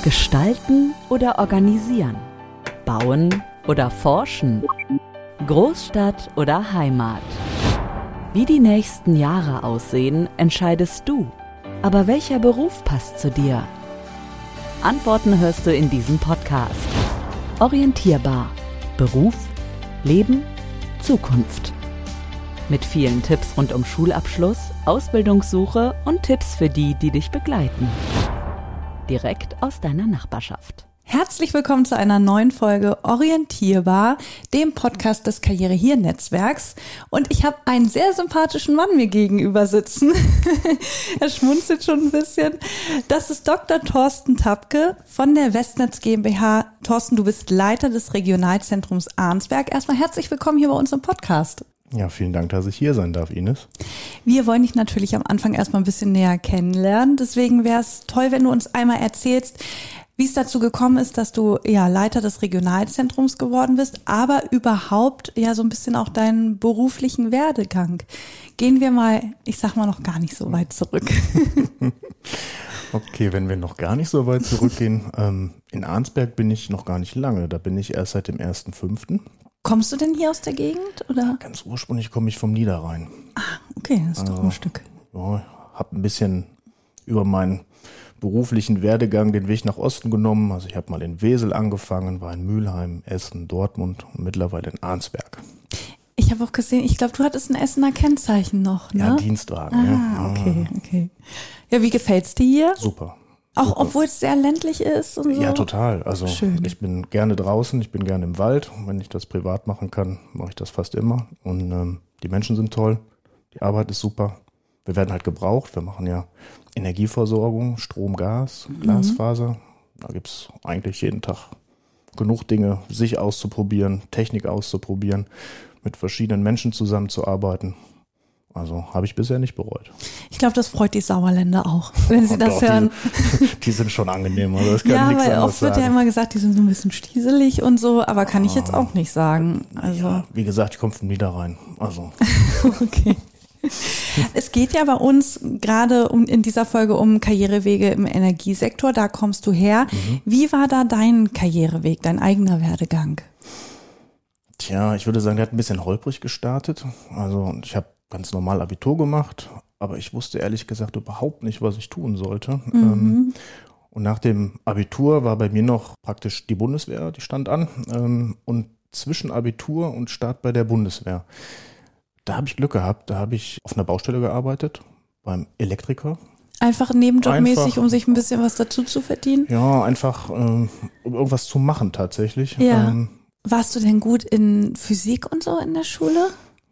Gestalten oder organisieren? Bauen oder forschen? Großstadt oder Heimat? Wie die nächsten Jahre aussehen, entscheidest du. Aber welcher Beruf passt zu dir? Antworten hörst du in diesem Podcast. Orientierbar. Beruf, Leben, Zukunft. Mit vielen Tipps rund um Schulabschluss, Ausbildungssuche und Tipps für die, die dich begleiten. Direkt aus deiner Nachbarschaft. Herzlich willkommen zu einer neuen Folge Orientierbar, dem Podcast des Karriere-Hier-Netzwerks. Und ich habe einen sehr sympathischen Mann mir gegenüber sitzen. Er schmunzelt schon ein bisschen. Das ist Dr. Thorsten Tapke von der Westnetz GmbH. Thorsten, du bist Leiter des Regionalzentrums Arnsberg. Erstmal herzlich willkommen hier bei uns im Podcast. Ja, vielen Dank, dass ich hier sein darf, Ines. Wir wollen dich natürlich am Anfang erstmal ein bisschen näher kennenlernen. Deswegen wäre es toll, wenn du uns einmal erzählst, wie es dazu gekommen ist, dass du ja Leiter des Regionalzentrums geworden bist, aber überhaupt ja so ein bisschen auch deinen beruflichen Werdegang. Gehen wir mal, ich sag mal, noch gar nicht so weit zurück. Okay, wenn wir noch gar nicht so weit zurückgehen, in Arnsberg bin ich noch gar nicht lange, da bin ich erst seit dem 1.5. Kommst du denn hier aus der Gegend, oder? Ganz ursprünglich komme ich vom Niederrhein. Ah, okay, das ist doch ein Stück. Ja, habe ein bisschen über meinen beruflichen Werdegang den Weg nach Osten genommen. Also ich habe mal in Wesel angefangen, war in Mülheim, Essen, Dortmund und mittlerweile in Arnsberg. Ich habe auch gesehen, ich glaube, du hattest ein Essener Kennzeichen noch, ne? Ja, Dienstwagen. Ah, ja. Okay. Ja, wie gefällt's dir hier? Super. Auch Super. Obwohl es sehr ländlich ist und so? Ja, total. Also schön. Ich bin gerne draußen, ich bin gerne im Wald. Wenn ich das privat machen kann, mache ich das fast immer. Und die Menschen sind toll, die Arbeit ist super. Wir werden halt gebraucht. Wir machen ja Energieversorgung, Strom, Gas, Glasfaser. Da gibt's eigentlich jeden Tag genug Dinge, sich auszuprobieren, Technik auszuprobieren, mit verschiedenen Menschen zusammenzuarbeiten. Also habe ich bisher nicht bereut. Ich glaube, das freut die Sauerländer auch, wenn sie das doch, hören. Die sind schon angenehm, also das kann ja, nichts weil anderes oft wird sagen. ja immer gesagt, die sind so ein bisschen stieselig und so, aber kann ich jetzt auch nicht sagen. Also Ja, wie gesagt, ich komme vom Niederrhein. Also okay. Es geht ja bei uns gerade in dieser Folge um Karrierewege im Energiesektor, da kommst du her. Wie war da dein Karriereweg, dein eigener Werdegang? Tja, ich würde sagen, der hat ein bisschen holprig gestartet. Also ich habe ganz normal Abitur gemacht, aber ich wusste ehrlich gesagt überhaupt nicht, was ich tun sollte. Und nach dem Abitur war bei mir noch praktisch die Bundeswehr, die stand an. Und zwischen Abitur und Start bei der Bundeswehr, da habe ich Glück gehabt. Da habe ich auf einer Baustelle gearbeitet, beim Elektriker. Einfach nebenjobmäßig, um sich ein bisschen was dazu zu verdienen? Ja, einfach um irgendwas zu machen tatsächlich. Ja. Warst du denn gut in Physik und so in der Schule?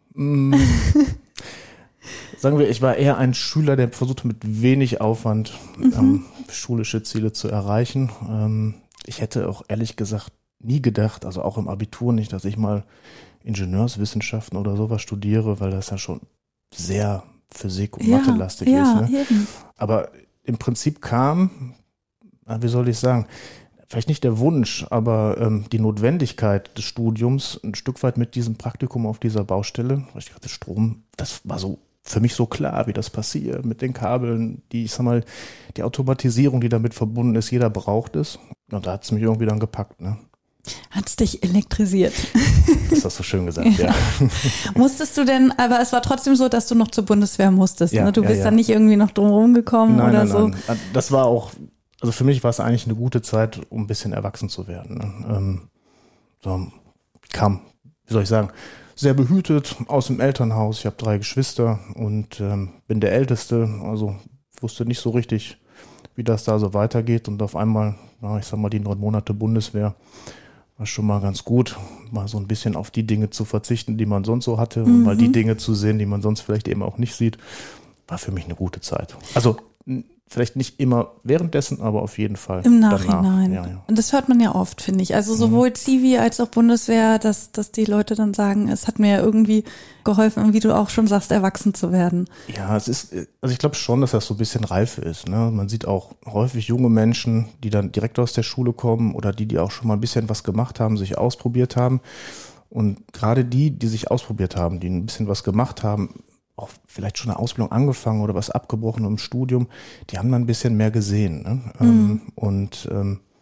Sagen wir, ich war eher ein Schüler, der versuchte mit wenig Aufwand schulische Ziele zu erreichen. Ich hätte auch ehrlich gesagt nie gedacht, also auch im Abitur nicht, dass ich mal Ingenieurswissenschaften oder sowas studiere, weil das ja schon sehr Physik- und Mathe-lastig ist. Ne? Eben. Aber im Prinzip kam, wie soll ich sagen, vielleicht nicht der Wunsch, aber die Notwendigkeit des Studiums ein Stück weit mit diesem Praktikum auf dieser Baustelle, weil ich dachte, Strom, das war so für mich so klar, wie das passiert, mit den Kabeln, die Automatisierung, die damit verbunden ist, jeder braucht es. Und da hat es mich irgendwie dann gepackt, ne? Hat's dich elektrisiert? Das hast du schön gesagt, ja. Musstest du denn, aber es war trotzdem so, dass du noch zur Bundeswehr musstest, Ja, ne? Du bist ja. dann nicht irgendwie noch drumherum gekommen oder so? Nein. Das war auch, also für mich war es eigentlich eine gute Zeit, um ein bisschen erwachsen zu werden. Ne? Kam, wie soll ich sagen, sehr behütet aus dem Elternhaus. Ich habe 3 Geschwister und bin der Älteste, also wusste nicht so richtig, wie das da so weitergeht. Und auf einmal, ich sag mal, die 9 Monate Bundeswehr war schon mal ganz gut, mal so ein bisschen auf die Dinge zu verzichten, die man sonst so hatte und mal die Dinge zu sehen, die man sonst vielleicht eben auch nicht sieht. War für mich eine gute Zeit. Also vielleicht nicht immer währenddessen, aber auf jeden Fall im Nachhinein. Danach. Ja. Und das hört man ja oft, finde ich. Also sowohl Zivi als auch Bundeswehr, dass die Leute dann sagen, es hat mir ja irgendwie geholfen, wie du auch schon sagst, erwachsen zu werden. Ja, es ist, also ich glaube schon, dass das so ein bisschen Reife ist. Ne? Man sieht auch häufig junge Menschen, die dann direkt aus der Schule kommen oder die auch schon mal ein bisschen was gemacht haben, sich ausprobiert haben. Und gerade die sich ausprobiert haben, die ein bisschen was gemacht haben, auch vielleicht schon eine Ausbildung angefangen oder was abgebrochen im Studium, die haben dann ein bisschen mehr gesehen. Ne?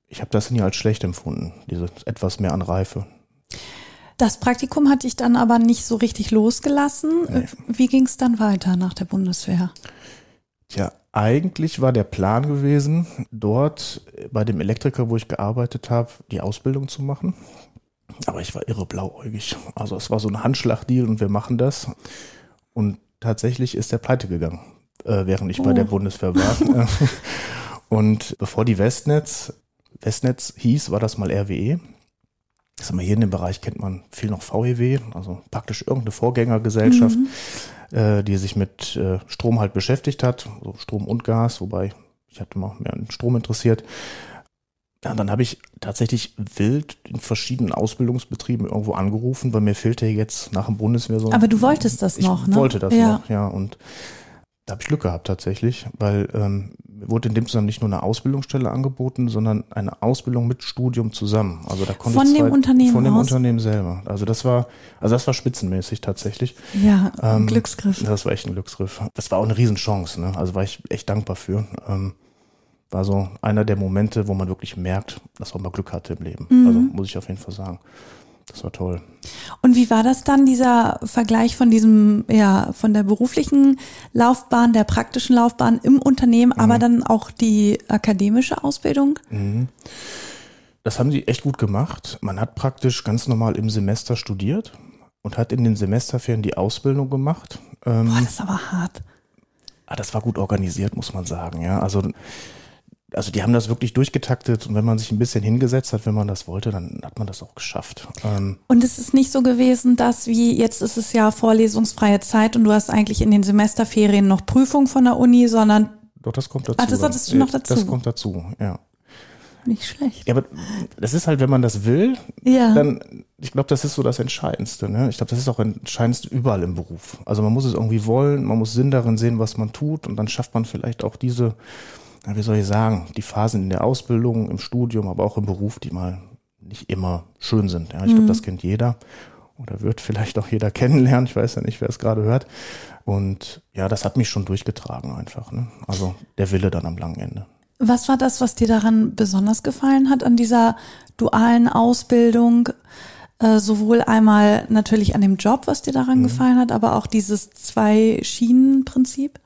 ich habe das nie als schlecht empfunden, dieses etwas mehr an Reife. Das Praktikum hat dich dann aber nicht so richtig losgelassen. Nee. Wie ging es dann weiter nach der Bundeswehr? Tja, eigentlich war der Plan gewesen, dort bei dem Elektriker, wo ich gearbeitet habe, die Ausbildung zu machen. Aber ich war irre blauäugig. Also es war so ein Handschlagdeal und wir machen das. Und tatsächlich ist der pleite gegangen, während ich bei der Bundeswehr war. Und bevor die Westnetz hieß, war das mal RWE. Ich sag mal, hier in dem Bereich kennt man viel noch VEW, also praktisch irgendeine Vorgängergesellschaft, die sich mit Strom halt beschäftigt hat, also Strom und Gas, wobei ich hatte mal mehr an Strom interessiert. Ja, dann habe ich tatsächlich wild in verschiedenen Ausbildungsbetrieben irgendwo angerufen, weil mir fehlte jetzt nach dem Bundeswehr so. Aber du wolltest das noch, ne? Ich wollte das noch, ja. Und da habe ich Glück gehabt tatsächlich, weil mir wurde in dem Zusammenhang nicht nur eine Ausbildungsstelle angeboten, sondern eine Ausbildung mit Studium zusammen. Also da konnte von dem Unternehmen von dem aus? Unternehmen selber. Also das war spitzenmäßig tatsächlich. Ja, ein Glücksgriff. Das war echt ein Glücksgriff. Das war auch eine Riesenchance, ne? Also war ich echt dankbar für. War so einer der Momente, wo man wirklich merkt, dass man mal Glück hatte im Leben. Also muss ich auf jeden Fall sagen. Das war toll. Und wie war das dann, dieser Vergleich von diesem, ja, von der beruflichen Laufbahn, der praktischen Laufbahn im Unternehmen, aber dann auch die akademische Ausbildung? Das haben sie echt gut gemacht. Man hat praktisch ganz normal im Semester studiert und hat in den Semesterferien die Ausbildung gemacht. Boah, das ist aber hart. Das war gut organisiert, muss man sagen, ja. Also die haben das wirklich durchgetaktet und wenn man sich ein bisschen hingesetzt hat, wenn man das wollte, dann hat man das auch geschafft. Und es ist nicht so gewesen, dass wie jetzt ist es ja vorlesungsfreie Zeit und du hast eigentlich in den Semesterferien noch Prüfung von der Uni, sondern... Doch, das kommt dazu. Das hattest du noch dazu? Das kommt dazu, ja. Nicht schlecht. Ja, aber das ist halt, wenn man das will, dann, ich glaube, das ist so das Entscheidendste, ne? Ich glaube, das ist auch das Entscheidendste überall im Beruf. Also man muss es irgendwie wollen, man muss Sinn darin sehen, was man tut und dann schafft man vielleicht auch diese... wie soll ich sagen, die Phasen in der Ausbildung, im Studium, aber auch im Beruf, die mal nicht immer schön sind. Ja, ich glaube, das kennt jeder oder wird vielleicht auch jeder kennenlernen. Ich weiß ja nicht, wer es gerade hört. Und ja, das hat mich schon durchgetragen einfach, ne? Also der Wille dann am langen Ende. Was war das, was dir daran besonders gefallen hat, an dieser dualen Ausbildung? Sowohl einmal natürlich an dem Job, was dir daran gefallen hat, aber auch dieses Zwei-Schienen-Prinzip?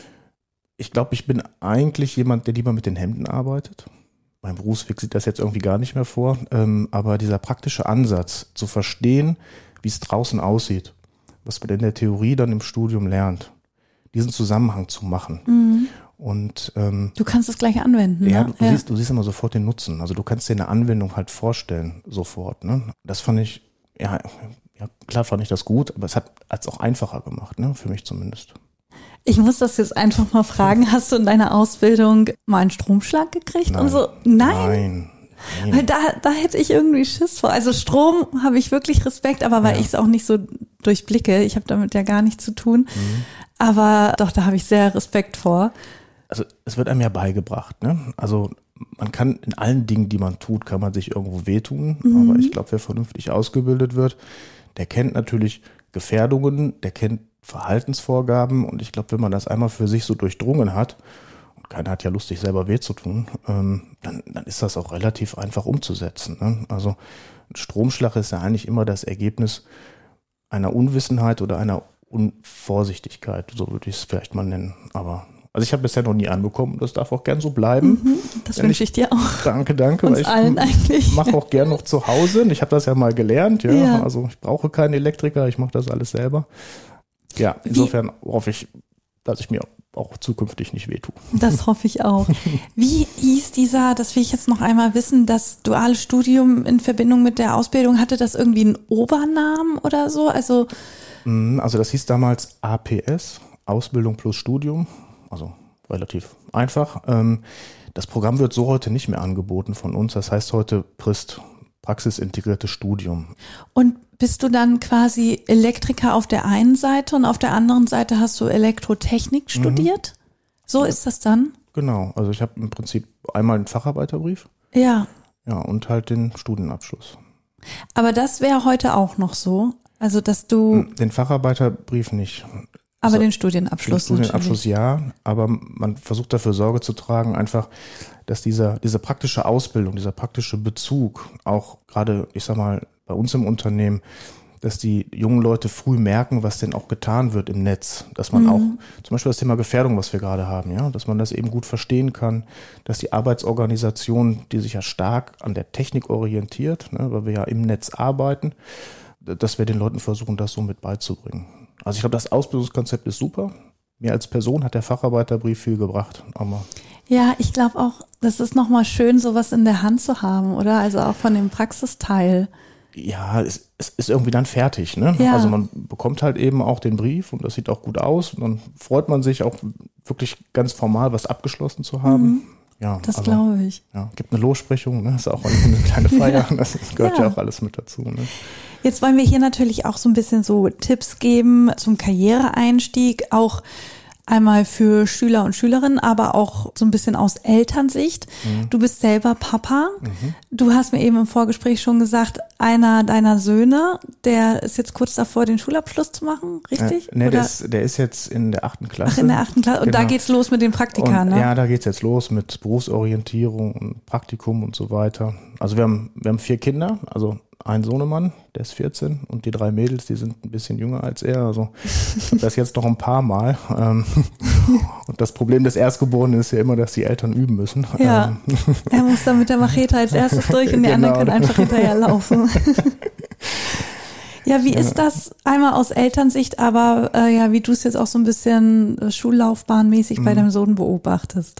Ich glaube, ich bin eigentlich jemand, der lieber mit den Händen arbeitet. Mein Berufsweg sieht das jetzt irgendwie gar nicht mehr vor. Aber dieser praktische Ansatz, zu verstehen, wie es draußen aussieht, was man in der Theorie dann im Studium lernt, diesen Zusammenhang zu machen. Und du kannst es gleich anwenden. Ja, ne? Du siehst immer sofort den Nutzen. Also du kannst dir eine Anwendung halt vorstellen, sofort. Ne? Das fand ich, ja, klar fand ich das gut, aber es hat es auch einfacher gemacht, ne? Für mich zumindest. Ich muss das jetzt einfach mal fragen, hast du in deiner Ausbildung mal einen Stromschlag gekriegt? Nein. Und so? Nein. Weil da hätte ich irgendwie Schiss vor. Also Strom habe ich wirklich Respekt, aber weil ich es auch nicht so durchblicke. Ich habe damit ja gar nichts zu tun. Aber doch, da habe ich sehr Respekt vor. Also es wird einem ja beigebracht, ne? Also man kann in allen Dingen, die man tut, kann man sich irgendwo wehtun. Aber ich glaube, wer vernünftig ausgebildet wird, der kennt natürlich Gefährdungen, der kennt Verhaltensvorgaben und ich glaube, wenn man das einmal für sich so durchdrungen hat, und keiner hat ja Lust, sich selber weh zu tun, dann ist das auch relativ einfach umzusetzen. Ne? Also ein Stromschlag ist ja eigentlich immer das Ergebnis einer Unwissenheit oder einer Unvorsichtigkeit, so würde ich es vielleicht mal nennen. Aber also ich habe bisher noch nie anbekommen, das darf auch gern so bleiben. Das wünsche ich dir auch. Danke. Uns allen eigentlich. Ich mache auch gern noch zu Hause. Ich habe das ja mal gelernt. Ja. Also ich brauche keinen Elektriker, ich mache das alles selber. Ja, insofern hoffe ich, dass ich mir auch zukünftig nicht wehtue. Das hoffe ich auch. Wie hieß das will ich jetzt noch einmal wissen, das duale Studium in Verbindung mit der Ausbildung, hatte das irgendwie einen Obernamen oder so? Also das hieß damals APS, Ausbildung plus Studium, also relativ einfach. Das Programm wird so heute nicht mehr angeboten von uns, das heißt heute PRIST, praxisintegriertes Studium. Und bist du dann quasi Elektriker auf der einen Seite und auf der anderen Seite hast du Elektrotechnik studiert? So ist das dann? Genau, also ich habe im Prinzip einmal einen Facharbeiterbrief. Ja. Ja, und halt den Studienabschluss. Aber das wäre heute auch noch so? Also, dass du... Den Facharbeiterbrief nicht. Aber den Studienabschluss ja, aber man versucht dafür Sorge zu tragen, einfach, dass diese praktische Ausbildung, dieser praktische Bezug, auch gerade, ich sag mal, bei uns im Unternehmen, dass die jungen Leute früh merken, was denn auch getan wird im Netz. Dass man auch, zum Beispiel das Thema Gefährdung, was wir gerade haben, ja, dass man das eben gut verstehen kann, dass die Arbeitsorganisation, die sich ja stark an der Technik orientiert, ne, weil wir ja im Netz arbeiten, dass wir den Leuten versuchen, das so mit beizubringen. Also ich glaube, das Ausbildungskonzept ist super. Mir als Person hat der Facharbeiterbrief viel gebracht. Aber ja, ich glaube auch, das ist nochmal schön, sowas in der Hand zu haben, oder? Also auch von dem Praxisteil. Ja, es ist irgendwie dann fertig, ne? Ja. Also man bekommt halt eben auch den Brief und das sieht auch gut aus und dann freut man sich auch wirklich ganz formal, was abgeschlossen zu haben. Ja, das glaube ich. Ja, gibt eine Lossprechung, ne? Ist auch eine kleine Feier, das gehört ja auch alles mit dazu, ne? Jetzt wollen wir hier natürlich auch so ein bisschen so Tipps geben zum Karriereeinstieg, auch einmal für Schüler und Schülerinnen, aber auch so ein bisschen aus Elternsicht. Du bist selber Papa. Du hast mir eben im Vorgespräch schon gesagt, einer deiner Söhne, der ist jetzt kurz davor, den Schulabschluss zu machen, richtig? Nee, der ist jetzt in der 8. Klasse. Ach, in der 8. Klasse. Und genau. Da geht's los mit den Praktika, und, ne? Ja, da geht's jetzt los mit Berufsorientierung und Praktikum und so weiter. Also wir haben 4 Kinder, also ein Sohnemann, der ist 14 und die 3 Mädels, die sind ein bisschen jünger als er. Also ich habe das jetzt noch ein paar Mal. Und das Problem des Erstgeborenen ist ja immer, dass die Eltern üben müssen. Ja, er muss dann mit der Machete als erstes durch und die anderen können einfach hinterherlaufen. Ja, wie ist das einmal aus Elternsicht, aber ja, wie du es jetzt auch so ein bisschen schullaufbahnmäßig bei deinem Sohn beobachtest?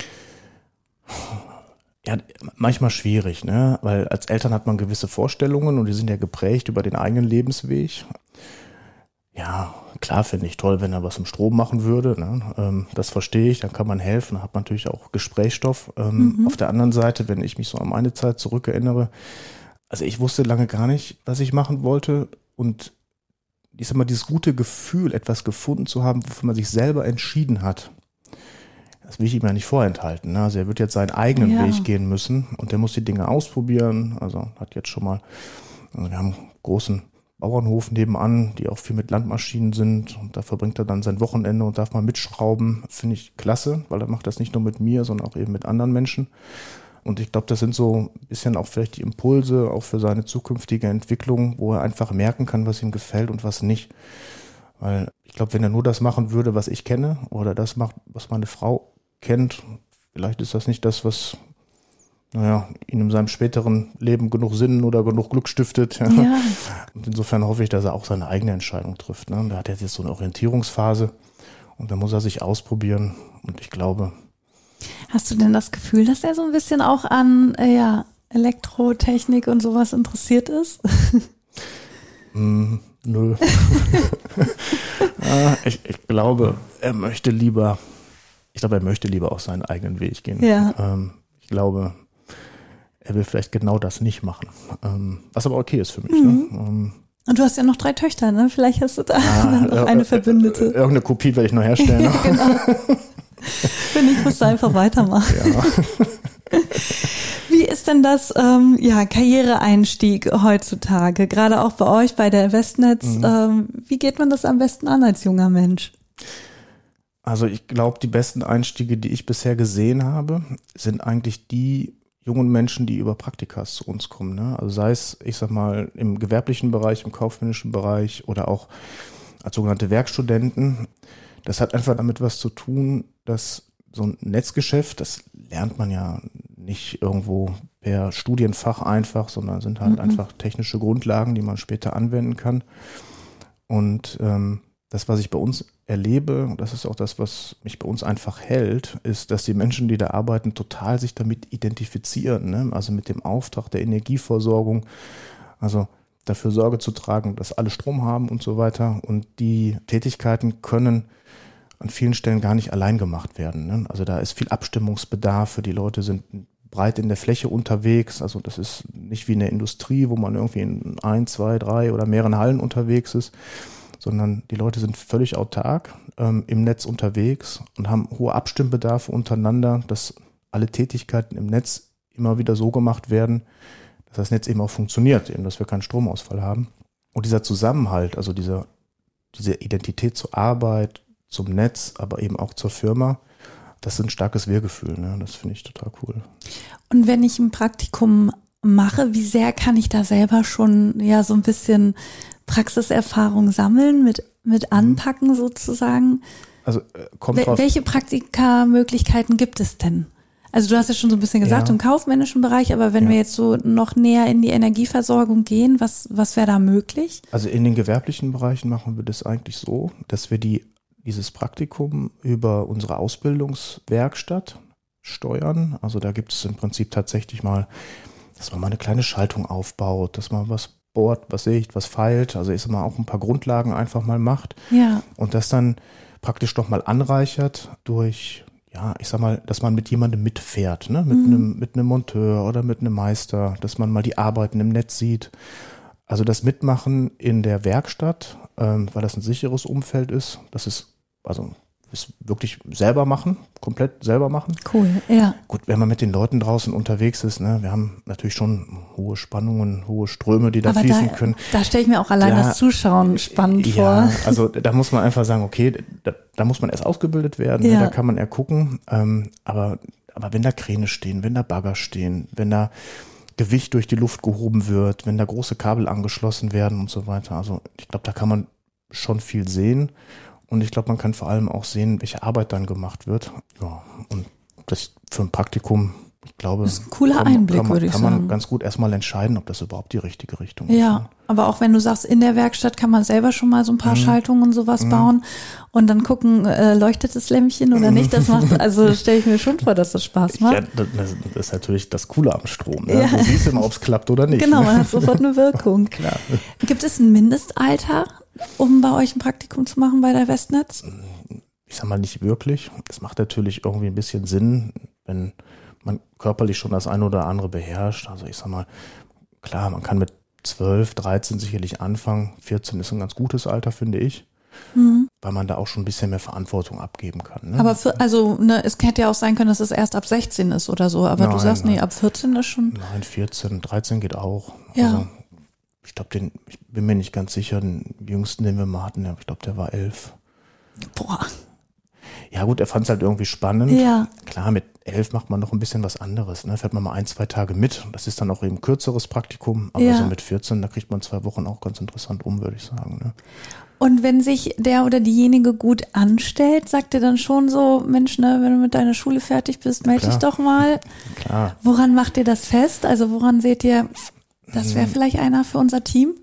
Ja, manchmal schwierig, ne? Weil als Eltern hat man gewisse Vorstellungen und die sind ja geprägt über den eigenen Lebensweg. Ja, klar finde ich toll, wenn er was im Strom machen würde, ne? Das verstehe ich, dann kann man helfen, dann hat man natürlich auch Gesprächsstoff. Auf der anderen Seite, wenn ich mich so an meine Zeit zurückerinnere, also ich wusste lange gar nicht, was ich machen wollte und ich sag mal, dieses gute Gefühl, etwas gefunden zu haben, wofür man sich selber entschieden hat, das will ich ihm ja nicht vorenthalten. Ne? Also er wird jetzt seinen eigenen Weg gehen müssen und der muss die Dinge ausprobieren. Also hat jetzt schon mal, also wir haben einen großen Bauernhof nebenan, die auch viel mit Landmaschinen sind und da verbringt er dann sein Wochenende und darf mal mitschrauben. Finde ich klasse, weil er macht das nicht nur mit mir, sondern auch eben mit anderen Menschen. Und ich glaube, das sind so ein bisschen auch vielleicht die Impulse auch für seine zukünftige Entwicklung, wo er einfach merken kann, was ihm gefällt und was nicht. Weil ich glaube, wenn er nur das machen würde, was ich kenne oder das macht, was meine Frau kennt, vielleicht ist das nicht das, was ihn in seinem späteren Leben genug Sinn oder genug Glück stiftet. Ja. Und insofern hoffe ich, dass er auch seine eigene Entscheidung trifft. Ne? Da hat er jetzt so eine Orientierungsphase und da muss er sich ausprobieren und ich glaube. Hast du denn das Gefühl, dass er so ein bisschen auch an Elektrotechnik und sowas interessiert ist? Nö. Ich glaube, er möchte lieber auch seinen eigenen Weg gehen. Ja. Ich glaube, er will vielleicht genau das nicht machen. Was aber okay ist für mich. Ne? Und du hast ja noch 3 Töchter, ne? Vielleicht hast du da noch eine Verbündete. Irgendeine Kopie werde ich noch herstellen. Ja, genau. Wenn nicht, musst du einfach weitermachen. Ja. Wie ist denn das Karriereeinstieg heutzutage? Gerade auch bei euch, bei der Westnetz. Wie geht man das am besten an als junger Mensch? Also ich glaube, die besten Einstiege, die ich bisher gesehen habe, sind eigentlich die jungen Menschen, die über Praktikas zu uns kommen. Ne? Also sei es, ich sag mal, im gewerblichen Bereich, im kaufmännischen Bereich oder auch als sogenannte Werkstudenten. Das hat einfach damit was zu tun, dass so ein Netzgeschäft, das lernt man ja nicht irgendwo per Studienfach einfach, sondern sind halt einfach technische Grundlagen, die man später anwenden kann. Und das, was ich bei uns erlebe, und das ist auch das, was mich bei uns einfach hält, ist, dass die Menschen, die da arbeiten, total sich damit identifizieren, ne? Also mit dem Auftrag der Energieversorgung, also dafür Sorge zu tragen, dass alle Strom haben und so weiter. Und die Tätigkeiten können an vielen Stellen gar nicht allein gemacht werden. Ne? Also da ist viel Abstimmungsbedarf, die Leute sind breit in der Fläche unterwegs. Also das ist nicht wie in der Industrie, wo man irgendwie in 1, 2, 3 oder mehreren Hallen unterwegs ist, sondern die Leute sind völlig autark im Netz unterwegs und haben hohe Abstimmbedarfe untereinander, dass alle Tätigkeiten im Netz immer wieder so gemacht werden, dass das Netz eben auch funktioniert, eben dass wir keinen Stromausfall haben. Und dieser Zusammenhalt, also dieser diese Identität zur Arbeit, zum Netz, aber eben auch zur Firma, das ist ein starkes Wir-Gefühl. Ne? Das finde ich total cool. Und wenn ich ein Praktikum mache, wie sehr kann ich da selber schon ja so ein bisschen Praxiserfahrung sammeln, mit anpacken sozusagen? Also kommt drauf. Welche Praktikamöglichkeiten gibt es denn? Also du hast ja schon so ein bisschen gesagt, im kaufmännischen Bereich, aber wenn wir jetzt so noch näher in die Energieversorgung gehen, was wäre da möglich? Also in den gewerblichen Bereichen machen wir das eigentlich so, dass wir dieses Praktikum über unsere Ausbildungswerkstatt steuern. Also da gibt es im Prinzip tatsächlich mal, dass man mal eine kleine Schaltung aufbaut, dass man was bohrt, was sägt, was feilt. Also ist immer auch ein paar Grundlagen einfach mal macht. Ja. Und das dann praktisch doch mal anreichert durch, ja, ich sag mal, dass man mit jemandem mitfährt, ne? Mit einem Monteur oder mit einem Meister, dass man mal die Arbeiten im Netz sieht. Also das Mitmachen in der Werkstatt, weil das ein sicheres Umfeld ist, das ist wirklich selber machen, komplett selber machen. Cool, ja. Gut, wenn man mit den Leuten draußen unterwegs ist, ne, wir haben natürlich schon hohe Spannungen, hohe Ströme, die da fließen können. Da stelle ich mir auch allein das Zuschauen spannend vor. Ja, also da muss man einfach sagen, okay, da muss man erst ausgebildet werden, ne, da kann man eher gucken. Aber wenn da Kräne stehen, wenn da Bagger stehen, wenn da Gewicht durch die Luft gehoben wird, wenn da große Kabel angeschlossen werden und so weiter. Also ich glaube, da kann man schon viel sehen. Und ich glaube, man kann vor allem auch sehen, welche Arbeit dann gemacht wird. Ja, und das für ein Praktikum, ich glaube, das ist ein cooler Einblick, würde ich sagen. Kann man ganz gut erstmal entscheiden, ob das überhaupt die richtige Richtung ist. Ja, aber auch wenn du sagst, in der Werkstatt kann man selber schon mal so ein paar Schaltungen und sowas bauen und dann gucken, leuchtet das Lämpchen oder nicht. Das macht, also stelle ich mir schon vor, dass das Spaß macht. Ja, das ist natürlich das Coole am Strom. Ne? Ja. Du siehst immer, ob es klappt oder nicht. Genau, ne? man hat sofort eine Wirkung. Klar. Gibt es ein Mindestalter, um bei euch ein Praktikum zu machen bei der Westnetz? Ich sag mal nicht wirklich. Es macht natürlich irgendwie ein bisschen Sinn, wenn man körperlich schon das eine oder andere beherrscht. Also ich sag mal, klar, man kann mit 12, 13 sicherlich anfangen. 14 ist ein ganz gutes Alter, finde ich. Weil man da auch schon ein bisschen mehr Verantwortung abgeben kann. Ne? Aber es hätte ja auch sein können, dass es erst ab 16 ist oder so. Aber du sagst, nee, ab 14 ist schon. Nein, 14, 13 geht auch. Ja. Also, ich bin mir nicht ganz sicher, den jüngsten, den wir mal hatten, ich glaube, der war 11. Boah. Ja gut, er fand es halt irgendwie spannend. Ja. Klar, mit 11 macht man noch ein bisschen was anderes. Ne? Fährt man mal 1-2 Tage mit. Das ist dann auch eben kürzeres Praktikum. Aber so mit 14, da kriegt man 2 Wochen auch ganz interessant würde ich sagen. Ne? Und wenn sich der oder diejenige gut anstellt, sagt ihr dann schon so, Mensch, ne, wenn du mit deiner Schule fertig bist, melde dich doch mal. Klar. Woran macht ihr das fest? Also woran seht ihr, das wäre vielleicht einer für unser Team?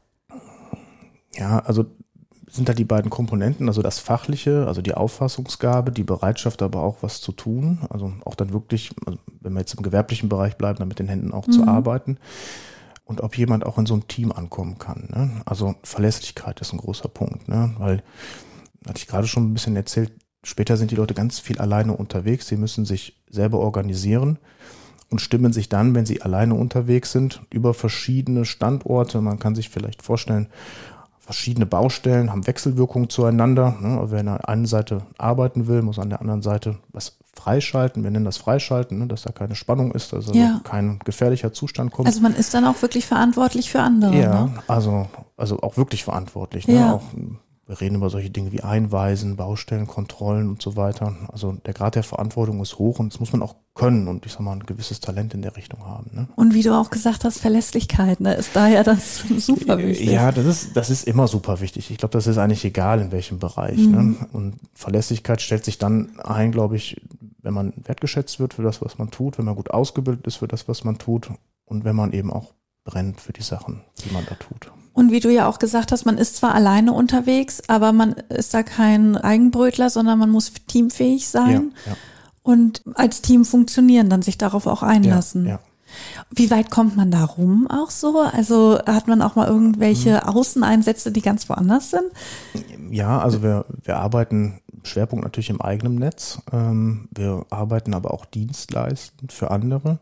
Ja, also sind da die beiden Komponenten, also das Fachliche, also die Auffassungsgabe, die Bereitschaft aber auch was zu tun, also auch dann wirklich, also wenn wir jetzt im gewerblichen Bereich bleiben, dann mit den Händen auch zu arbeiten und ob jemand auch in so einem Team ankommen kann. Ne? Also Verlässlichkeit ist ein großer Punkt, ne? Weil, hatte ich gerade schon ein bisschen erzählt, später sind die Leute ganz viel alleine unterwegs, sie müssen sich selber organisieren und stimmen sich dann, wenn sie alleine unterwegs sind, über verschiedene Standorte, man kann sich vielleicht vorstellen, verschiedene Baustellen haben Wechselwirkungen zueinander. Ne? Wer an der einen Seite arbeiten will, muss an der anderen Seite was freischalten. Wir nennen das Freischalten, ne? Dass da keine Spannung ist, dass also kein gefährlicher Zustand kommt. Also man ist dann auch wirklich verantwortlich für andere. Ja, ne? also auch wirklich verantwortlich. Ne? Ja. Auch, wir reden über solche Dinge wie Einweisen, Baustellen, Kontrollen und so weiter. Also der Grad der Verantwortung ist hoch und das muss man auch können und ich sag mal ein gewisses Talent in der Richtung haben. Ne? Und wie du auch gesagt hast, Verlässlichkeit, ne, ist da ja das super wichtig. Ja, das ist immer super wichtig. Ich glaube, das ist eigentlich egal, in welchem Bereich. Ne? Und Verlässlichkeit stellt sich dann ein, glaube ich, wenn man wertgeschätzt wird für das, was man tut, wenn man gut ausgebildet ist für das, was man tut und wenn man eben auch brennt für die Sachen, die man da tut. Und wie du ja auch gesagt hast, man ist zwar alleine unterwegs, aber man ist da kein Eigenbrötler, sondern man muss teamfähig sein und als Team funktionieren, dann sich darauf auch einlassen. Ja. Wie weit kommt man da rum auch so? Also hat man auch mal irgendwelche Außeneinsätze, die ganz woanders sind? Ja, also wir arbeiten Schwerpunkt natürlich im eigenen Netz. Wir arbeiten aber auch dienstleistend für andere.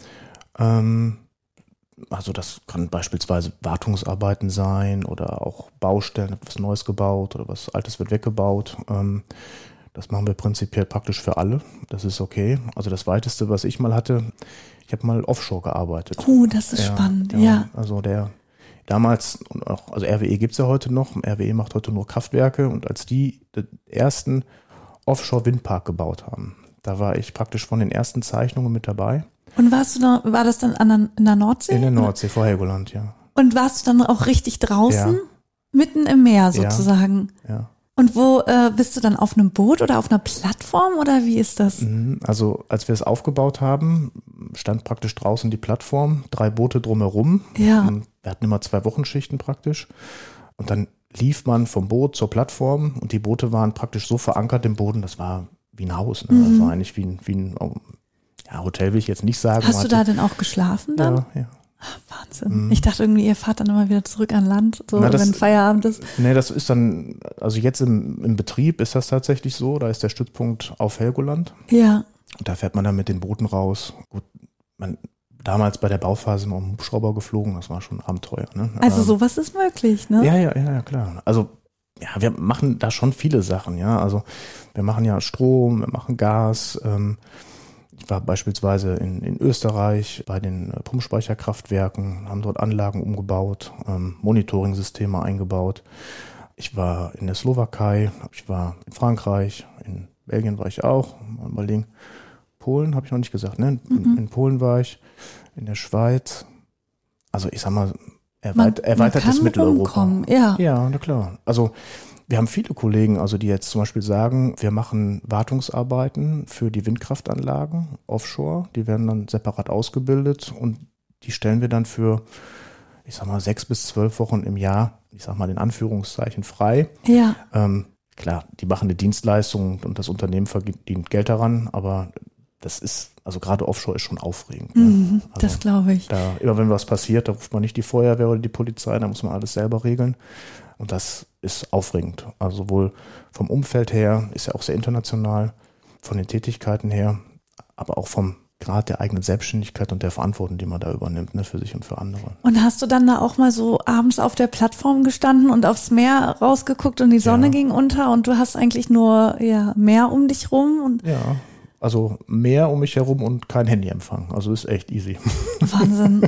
Also das kann beispielsweise Wartungsarbeiten sein oder auch Baustellen, etwas Neues gebaut oder was Altes wird weggebaut. Das machen wir prinzipiell praktisch für alle. Das ist okay. Also das Weiteste, was ich mal hatte, ich habe mal offshore gearbeitet. Das ist spannend, ja. Also damals, und auch, also RWE gibt's ja heute noch, RWE macht heute nur Kraftwerke, und als die den ersten Offshore-Windpark gebaut haben, da war ich praktisch von den ersten Zeichnungen mit dabei. Und war das dann in der Nordsee? In der Nordsee, vor Helgoland, ja. Und warst du dann auch richtig draußen? Ja. Mitten im Meer sozusagen? Ja. Und wo bist du dann, auf einem Boot oder auf einer Plattform oder wie ist das? Also als wir es aufgebaut haben, stand praktisch draußen die Plattform, 3 Boote drumherum. Ja. Und wir hatten immer 2 Wochenschichten praktisch. Und dann lief man vom Boot zur Plattform und die Boote waren praktisch so verankert im Boden, das war wie ein Haus. Ne? Das war eigentlich wie ein Hotel will ich jetzt nicht sagen. Hast du da denn auch geschlafen dann? Ja. Ach, Wahnsinn. Ich dachte irgendwie, ihr fahrt dann immer wieder zurück an Land, wenn Feierabend ist. Nee, das ist dann, also jetzt im Betrieb ist das tatsächlich so, da ist der Stützpunkt auf Helgoland. Ja. Und da fährt man dann mit den Booten raus. Gut, damals bei der Bauphase sind wir im Hubschrauber geflogen, das war schon ein Abenteuer. Ne? Also sowas ist möglich, ne? Ja, klar. Also ja, wir machen da schon viele Sachen, ja. Also wir machen ja Strom, wir machen Gas. Ich war beispielsweise in Österreich bei den Pumpspeicherkraftwerken, haben dort Anlagen umgebaut, Monitoring-Systeme eingebaut. Ich war in der Slowakei, ich war in Frankreich, in Belgien war ich auch, mal überlegen. Polen habe ich noch nicht gesagt, ne? In Polen war ich, in der Schweiz. Also ich sag mal, erweitertes Mitteleuropa. Ja, na klar. Also wir haben viele Kollegen, also die jetzt zum Beispiel sagen, wir machen Wartungsarbeiten für die Windkraftanlagen offshore. Die werden dann separat ausgebildet und die stellen wir dann für, ich sag mal, 6 bis 12 Wochen im Jahr, ich sag mal in Anführungszeichen, frei. Ja. Klar, die machen eine Dienstleistung und das Unternehmen verdient Geld daran, aber das ist, also gerade offshore ist schon aufregend. Ne? Also das glaube ich. Immer wenn was passiert, da ruft man nicht die Feuerwehr oder die Polizei, da muss man alles selber regeln. Und das ist aufregend. Also sowohl vom Umfeld her, ist ja auch sehr international, von den Tätigkeiten her, aber auch vom Grad der eigenen Selbstständigkeit und der Verantwortung, die man da übernimmt, ne, für sich und für andere. Und hast du dann da auch mal so abends auf der Plattform gestanden und aufs Meer rausgeguckt und die Sonne ging unter und du hast eigentlich nur Meer um dich rum? Und ja, also Meer um mich herum und kein Handyempfang. Also ist echt easy. Wahnsinn.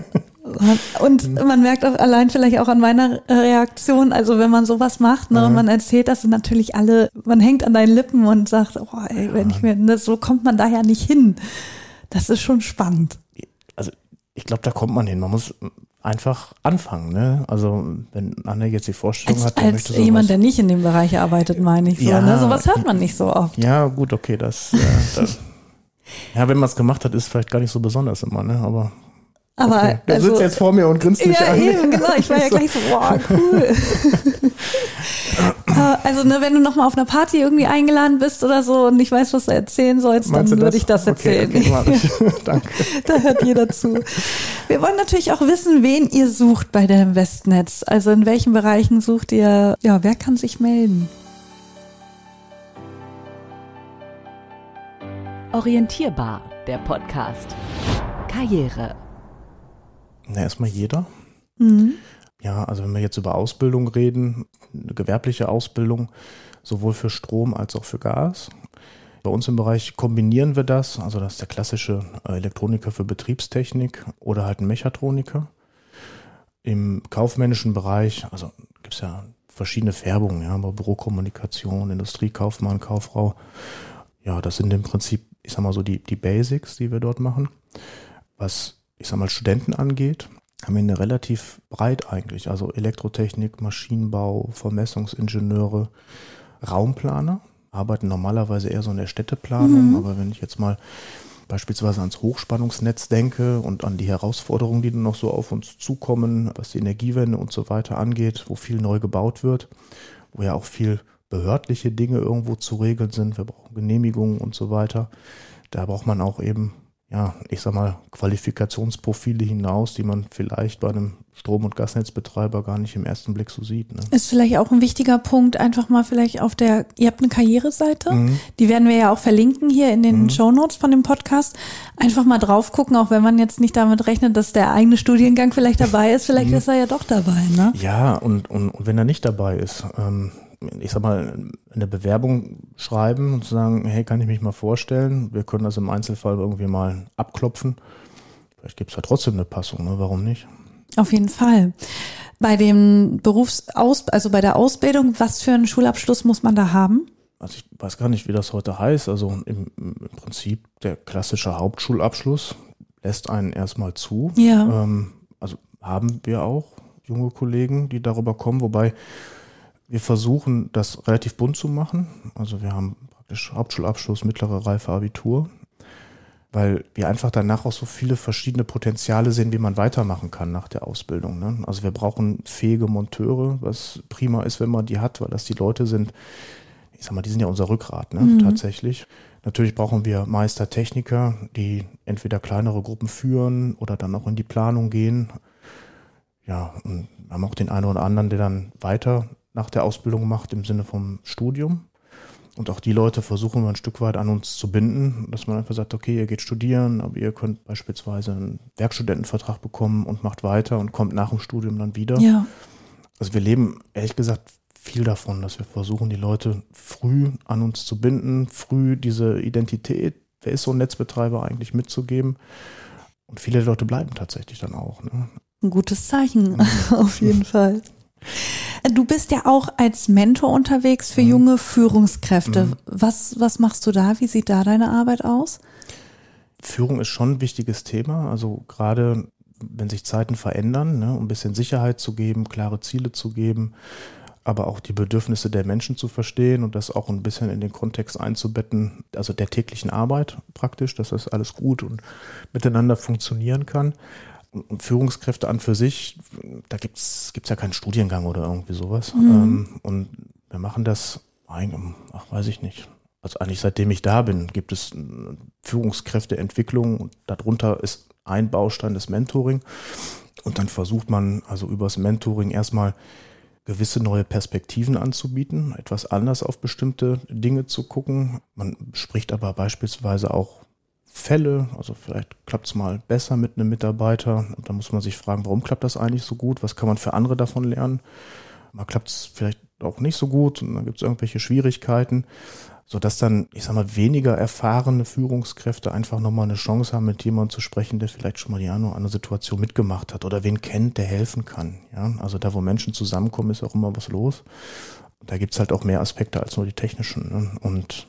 Und man merkt auch allein vielleicht auch an meiner Reaktion, also wenn man sowas macht, ne, und man erzählt das, sind natürlich alle, man hängt an deinen Lippen und sagt, oh ey, wenn ich mir, so kommt man da ja nicht hin. Das ist schon spannend. Also ich glaube, da kommt man hin. Man muss einfach anfangen, ne? Also wenn Anne jetzt die Vorstellung hat, als jemand, der nicht in dem Bereich arbeitet, meine ich so, ne? Sowas hört man nicht so oft. Ja, gut, okay, das wenn man es gemacht hat, ist vielleicht gar nicht so besonders immer, ne? Aber okay. Der sitzt jetzt vor mir und grinst mich an. Ja, eben, genau. Ich war ja gleich so, wow, cool. Also, ne, wenn du nochmal auf einer Party irgendwie eingeladen bist oder so und nicht weißt, was du erzählen sollst, dann würde ich das erzählen. Okay, danke. Da hört jeder zu. Wir wollen natürlich auch wissen, wen ihr sucht bei der Westnetz. Also in welchen Bereichen sucht ihr, wer kann sich melden? Orientierbar, der Podcast. Karriere. Na, erstmal jeder. Ja, also wenn wir jetzt über Ausbildung reden, eine gewerbliche Ausbildung, sowohl für Strom als auch für Gas. Bei uns im Bereich kombinieren wir das, also das ist der klassische Elektroniker für Betriebstechnik oder halt ein Mechatroniker. Im kaufmännischen Bereich, also gibt es ja verschiedene Färbungen, ja, aber Bürokommunikation, Industriekaufmann, Kauffrau, ja, das sind im Prinzip, ich sag mal so die Basics, die wir dort machen. Was, ich sag mal, Studenten angeht, haben wir eine relativ breit eigentlich, also Elektrotechnik, Maschinenbau, Vermessungsingenieure, Raumplaner, arbeiten normalerweise eher so in der Städteplanung, aber wenn ich jetzt mal beispielsweise ans Hochspannungsnetz denke und an die Herausforderungen, die dann noch so auf uns zukommen, was die Energiewende und so weiter angeht, wo viel neu gebaut wird, wo ja auch viel behördliche Dinge irgendwo zu regeln sind, wir brauchen Genehmigungen und so weiter, da braucht man auch eben, ja, ich sag mal, Qualifikationsprofile hinaus, die man vielleicht bei einem Strom- und Gasnetzbetreiber gar nicht im ersten Blick so sieht. Ne? Ist vielleicht auch ein wichtiger Punkt, einfach mal vielleicht ihr habt eine Karriereseite, die werden wir ja auch verlinken hier in den Shownotes von dem Podcast. Einfach mal drauf gucken, auch wenn man jetzt nicht damit rechnet, dass der eigene Studiengang vielleicht dabei ist, vielleicht ist er ja doch dabei, ne? Ja, und wenn er nicht dabei ist, ich sag mal, eine Bewerbung schreiben und sagen, hey, kann ich mich mal vorstellen? Wir können das im Einzelfall irgendwie mal abklopfen. Vielleicht gibt es ja trotzdem eine Passung, ne? Warum nicht? Auf jeden Fall. Bei dem also bei der Ausbildung, was für einen Schulabschluss muss man da haben? Also ich weiß gar nicht, wie das heute heißt. Also im Prinzip der klassische Hauptschulabschluss lässt einen erstmal zu. Ja. Also haben wir auch junge Kollegen, die darüber kommen, wobei wir versuchen, das relativ bunt zu machen. Also wir haben praktisch Hauptschulabschluss, mittlere Reife, Abitur, weil wir einfach danach auch so viele verschiedene Potenziale sehen, wie man weitermachen kann nach der Ausbildung. Ne? Also wir brauchen fähige Monteure, was prima ist, wenn man die hat, weil das die Leute sind, ich sag mal, die sind ja unser Rückgrat, ne? Tatsächlich. Natürlich brauchen wir Meistertechniker, die entweder kleinere Gruppen führen oder dann auch in die Planung gehen. Ja, und wir haben auch den einen oder anderen, der dann weiter nach der Ausbildung macht im Sinne vom Studium. Und auch die Leute versuchen wir ein Stück weit an uns zu binden, dass man einfach sagt, okay, ihr geht studieren, aber ihr könnt beispielsweise einen Werkstudentenvertrag bekommen und macht weiter und kommt nach dem Studium dann wieder. Ja. Also wir leben, ehrlich gesagt, viel davon, dass wir versuchen, die Leute früh an uns zu binden, früh diese Identität, wer ist so ein Netzbetreiber eigentlich, mitzugeben. Und viele Leute bleiben tatsächlich dann auch. Ne? Ein gutes Zeichen, auf jeden Fall. Du bist ja auch als Mentor unterwegs für junge Führungskräfte. Was machst du da? Wie sieht da deine Arbeit aus? Führung ist schon ein wichtiges Thema. Also gerade wenn sich Zeiten verändern, ne, um ein bisschen Sicherheit zu geben, klare Ziele zu geben, aber auch die Bedürfnisse der Menschen zu verstehen und das auch ein bisschen in den Kontext einzubetten, also der täglichen Arbeit praktisch, dass das alles gut und miteinander funktionieren kann. Und Führungskräfte an für sich, da gibt's ja keinen Studiengang oder irgendwie sowas. Und wir machen das, weiß ich nicht. Also eigentlich seitdem ich da bin, gibt es Führungskräfteentwicklung und darunter ist ein Baustein das Mentoring. Und dann versucht man also übers Mentoring erstmal gewisse neue Perspektiven anzubieten, etwas anders auf bestimmte Dinge zu gucken. Man spricht aber beispielsweise auch Fälle, also vielleicht klappt es mal besser mit einem Mitarbeiter. Und da muss man sich fragen, warum klappt das eigentlich so gut? Was kann man für andere davon lernen? Mal klappt es vielleicht auch nicht so gut und dann gibt es irgendwelche Schwierigkeiten, sodass dann, ich sag mal, weniger erfahrene Führungskräfte einfach nochmal eine Chance haben, mit jemandem zu sprechen, der vielleicht schon mal die eine oder andere Situation mitgemacht hat oder wen kennt, der helfen kann. Ja? Also da, wo Menschen zusammenkommen, ist auch immer was los. Und da gibt's halt auch mehr Aspekte als nur die technischen. Ne? Und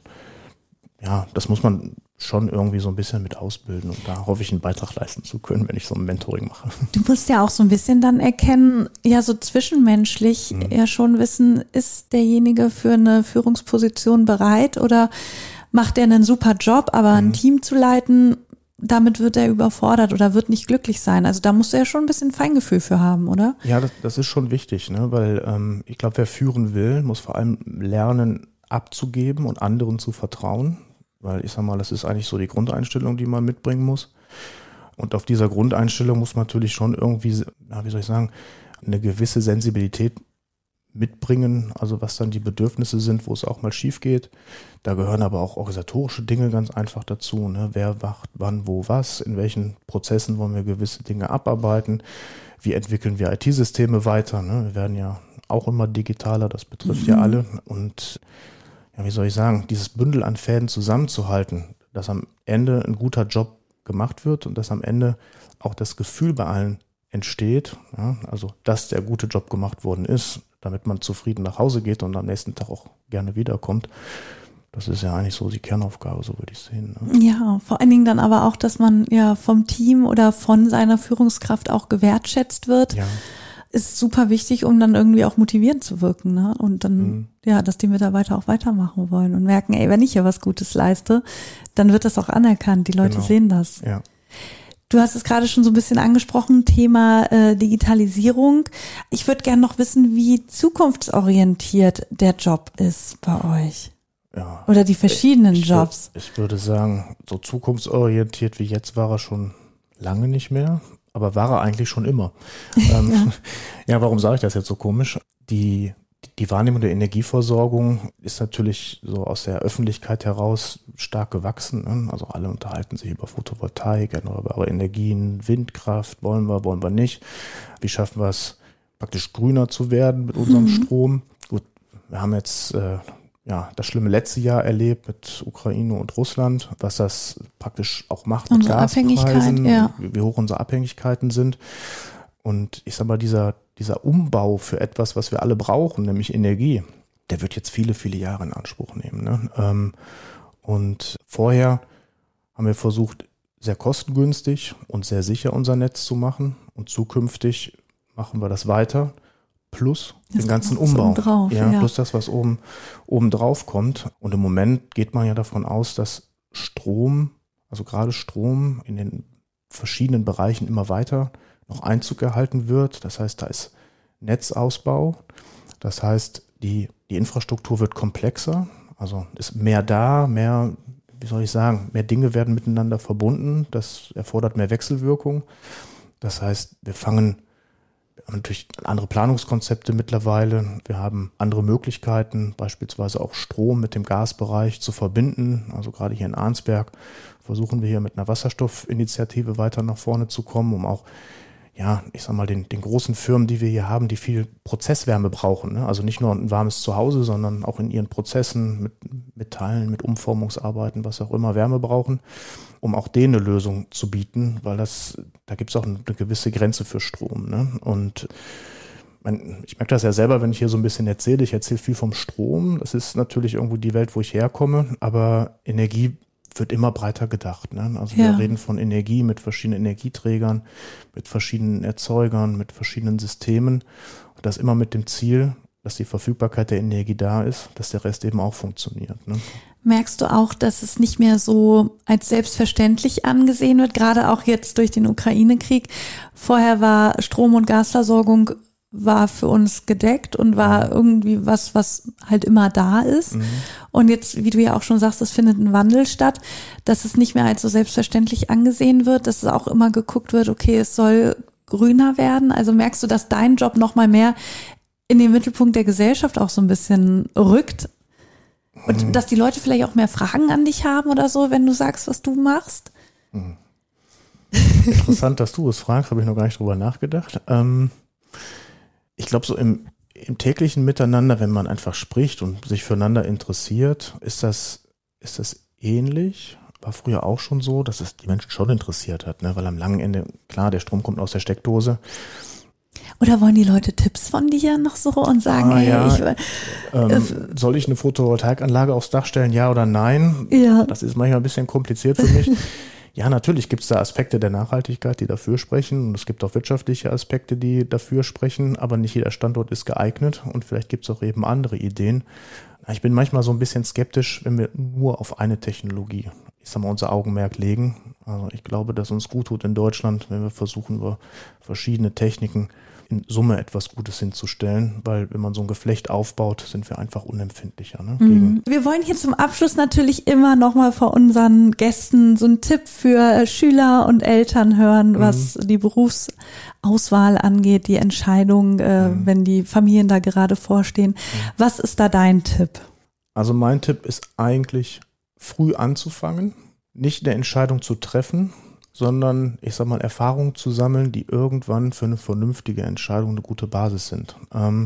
ja, das muss man schon irgendwie so ein bisschen mit ausbilden und da hoffe ich, einen Beitrag leisten zu können, wenn ich so ein Mentoring mache. Du musst ja auch so ein bisschen dann erkennen, ja so zwischenmenschlich ja schon wissen, ist derjenige für eine Führungsposition bereit oder macht er einen super Job, aber ein Team zu leiten, damit wird er überfordert oder wird nicht glücklich sein. Also da musst du ja schon ein bisschen Feingefühl für haben, oder? Ja, das ist schon wichtig, ne? Weil ich glaube, wer führen will, muss vor allem lernen, abzugeben und anderen zu vertrauen. Weil ich sag mal, das ist eigentlich so die Grundeinstellung, die man mitbringen muss. Und auf dieser Grundeinstellung muss man natürlich schon irgendwie, wie soll ich sagen, eine gewisse Sensibilität mitbringen, also was dann die Bedürfnisse sind, wo es auch mal schief geht. Da gehören aber auch organisatorische Dinge ganz einfach dazu. Ne? Wer macht wann, wo, was, in welchen Prozessen wollen wir gewisse Dinge abarbeiten, wie entwickeln wir IT-Systeme weiter. Ne? Wir werden ja auch immer digitaler, das betrifft ja alle. Und ja, wie soll ich sagen, dieses Bündel an Fäden zusammenzuhalten, dass am Ende ein guter Job gemacht wird und dass am Ende auch das Gefühl bei allen entsteht, ja, also dass der gute Job gemacht worden ist, damit man zufrieden nach Hause geht und am nächsten Tag auch gerne wiederkommt. Das ist ja eigentlich so die Kernaufgabe, so würde ich sehen. Ne? Ja, vor allen Dingen dann aber auch, dass man ja vom Team oder von seiner Führungskraft auch gewertschätzt wird. Ja. Ist super wichtig, um dann irgendwie auch motivierend zu wirken, ne? Und dann, ja, dass die Mitarbeiter auch weitermachen wollen und merken, ey, wenn ich hier was Gutes leiste, dann wird das auch anerkannt. Die Leute sehen das. Ja. Du hast es gerade schon so ein bisschen angesprochen, Thema Digitalisierung. Ich würde gerne noch wissen, wie zukunftsorientiert der Job ist bei euch. Ja. Oder die verschiedenen Jobs. Ich würde sagen, so zukunftsorientiert wie jetzt war er schon lange nicht mehr. Aber war er eigentlich schon immer. Ja, warum sage ich das jetzt so komisch? Die Wahrnehmung der Energieversorgung ist natürlich so aus der Öffentlichkeit heraus stark gewachsen. Ne? Also alle unterhalten sich über Photovoltaik, erneuerbare Energien, Windkraft, wollen wir nicht. Wie schaffen wir es, praktisch grüner zu werden mit unserem Strom? Gut, wir haben jetzt das schlimme letzte Jahr erlebt mit Ukraine und Russland, was das praktisch auch macht mit unsere Gaspreisen, Abhängigkeit, ja. wie hoch unsere Abhängigkeiten sind. Und ich sag mal, dieser dieser Umbau für etwas, was wir alle brauchen, nämlich Energie, der wird jetzt viele, viele Jahre in Anspruch nehmen. Ne? Und vorher haben wir versucht, sehr kostengünstig und sehr sicher unser Netz zu machen. Und zukünftig machen wir das weiter, plus den ganzen Umbau. Drauf, ja. Plus das, was oben drauf kommt. Und im Moment geht man ja davon aus, dass Strom, also gerade Strom in den verschiedenen Bereichen immer weiter noch Einzug erhalten wird. Das heißt, da ist Netzausbau. Das heißt, die Infrastruktur wird komplexer. Also ist mehr da, mehr Dinge werden miteinander verbunden. Das erfordert mehr Wechselwirkung. Das heißt, wir haben natürlich andere Planungskonzepte mittlerweile. Wir haben andere Möglichkeiten, beispielsweise auch Strom mit dem Gasbereich zu verbinden. Also gerade hier in Arnsberg versuchen wir hier mit einer Wasserstoffinitiative weiter nach vorne zu kommen, um auch, den großen Firmen, die wir hier haben, die viel Prozesswärme brauchen. Ne? Also nicht nur ein warmes Zuhause, sondern auch in ihren Prozessen mit Metallen, mit Umformungsarbeiten, was auch immer, Wärme brauchen, um auch denen eine Lösung zu bieten, weil da gibt es auch eine gewisse Grenze für Strom. Ne? Und ich merke das ja selber, wenn ich hier so ein bisschen erzähle. Ich erzähle viel vom Strom. Das ist natürlich irgendwo die Welt, wo ich herkomme, aber Energie wird immer breiter gedacht. Ne? Also wir reden von Energie mit verschiedenen Energieträgern, mit verschiedenen Erzeugern, mit verschiedenen Systemen. Und das immer mit dem Ziel, dass die Verfügbarkeit der Energie da ist, dass der Rest eben auch funktioniert. Ne? Merkst du auch, dass es nicht mehr so als selbstverständlich angesehen wird, gerade auch jetzt durch den Ukraine-Krieg? Vorher war Strom- und Gasversorgung war für uns gedeckt und war irgendwie was halt immer da ist. Und jetzt, wie du ja auch schon sagst, es findet ein Wandel statt, dass es nicht mehr als so selbstverständlich angesehen wird, dass es auch immer geguckt wird, okay, es soll grüner werden. Also merkst du, dass dein Job noch mal mehr in den Mittelpunkt der Gesellschaft auch so ein bisschen rückt? Und dass die Leute vielleicht auch mehr Fragen an dich haben oder so, wenn du sagst, was du machst? Interessant, dass du es fragst, habe ich noch gar nicht drüber nachgedacht. Ich glaube, so im täglichen Miteinander, wenn man einfach spricht und sich füreinander interessiert, ist das ähnlich. War früher auch schon so, dass es die Menschen schon interessiert hat, ne? Weil am langen Ende, klar, der Strom kommt aus der Steckdose. Oder wollen die Leute Tipps von dir noch so und sagen, soll ich eine Photovoltaikanlage aufs Dach stellen, ja oder nein? Ja. Das ist manchmal ein bisschen kompliziert für mich. Ja, natürlich gibt es da Aspekte der Nachhaltigkeit, die dafür sprechen. Und es gibt auch wirtschaftliche Aspekte, die dafür sprechen. Aber nicht jeder Standort ist geeignet. Und vielleicht gibt es auch eben andere Ideen. Ich bin manchmal so ein bisschen skeptisch, wenn wir nur auf eine Technologie, unser Augenmerk legen. Also ich glaube, dass uns gut tut in Deutschland, wenn wir versuchen, verschiedene Techniken in Summe etwas Gutes hinzustellen, weil wenn man so ein Geflecht aufbaut, sind wir einfach unempfindlicher. Ne, Wir wollen hier zum Abschluss natürlich immer nochmal von unseren Gästen so einen Tipp für Schüler und Eltern hören, was die Berufsauswahl angeht, die Entscheidung, wenn die Familien da gerade vorstehen. Was ist da dein Tipp? Also mein Tipp ist eigentlich, früh anzufangen, nicht eine Entscheidung zu treffen, sondern, Erfahrungen zu sammeln, die irgendwann für eine vernünftige Entscheidung eine gute Basis sind.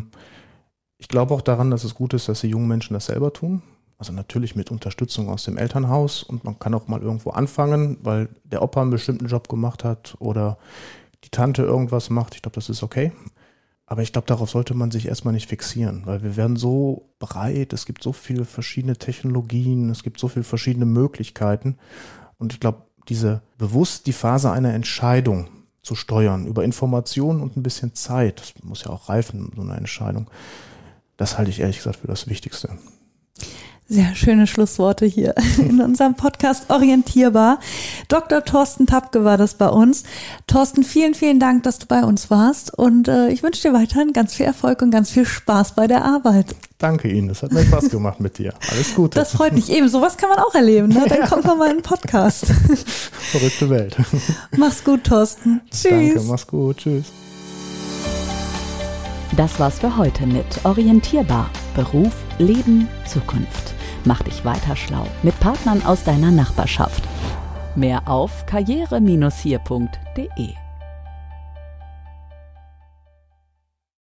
Ich glaube auch daran, dass es gut ist, dass die jungen Menschen das selber tun. Also natürlich mit Unterstützung aus dem Elternhaus und man kann auch mal irgendwo anfangen, weil der Opa einen bestimmten Job gemacht hat oder die Tante irgendwas macht. Ich glaube, das ist okay. Aber ich glaube, darauf sollte man sich erstmal nicht fixieren, weil wir werden so breit, es gibt so viele verschiedene Technologien, es gibt so viele verschiedene Möglichkeiten und ich glaube, bewusst die Phase einer Entscheidung zu steuern, über Informationen und ein bisschen Zeit, das muss ja auch reifen, so eine Entscheidung, das halte ich ehrlich gesagt für das Wichtigste. Sehr schöne Schlussworte hier in unserem Podcast Orientierbar. Dr. Thorsten Tapke war das bei uns. Thorsten, vielen, vielen Dank, dass du bei uns warst und ich wünsche dir weiterhin ganz viel Erfolg und ganz viel Spaß bei der Arbeit. Danke Ihnen, es hat mir Spaß gemacht mit dir. Alles Gute. Das freut mich eben, sowas kann man auch erleben, ne? Dann kommt man mal in den Podcast. Verrückte Welt. Mach's gut, Thorsten. Tschüss. Danke, mach's gut, tschüss. Das war's für heute mit Orientierbar. Beruf, Leben, Zukunft. Mach dich weiter schlau mit Partnern aus deiner Nachbarschaft. Mehr auf karriere-hier.de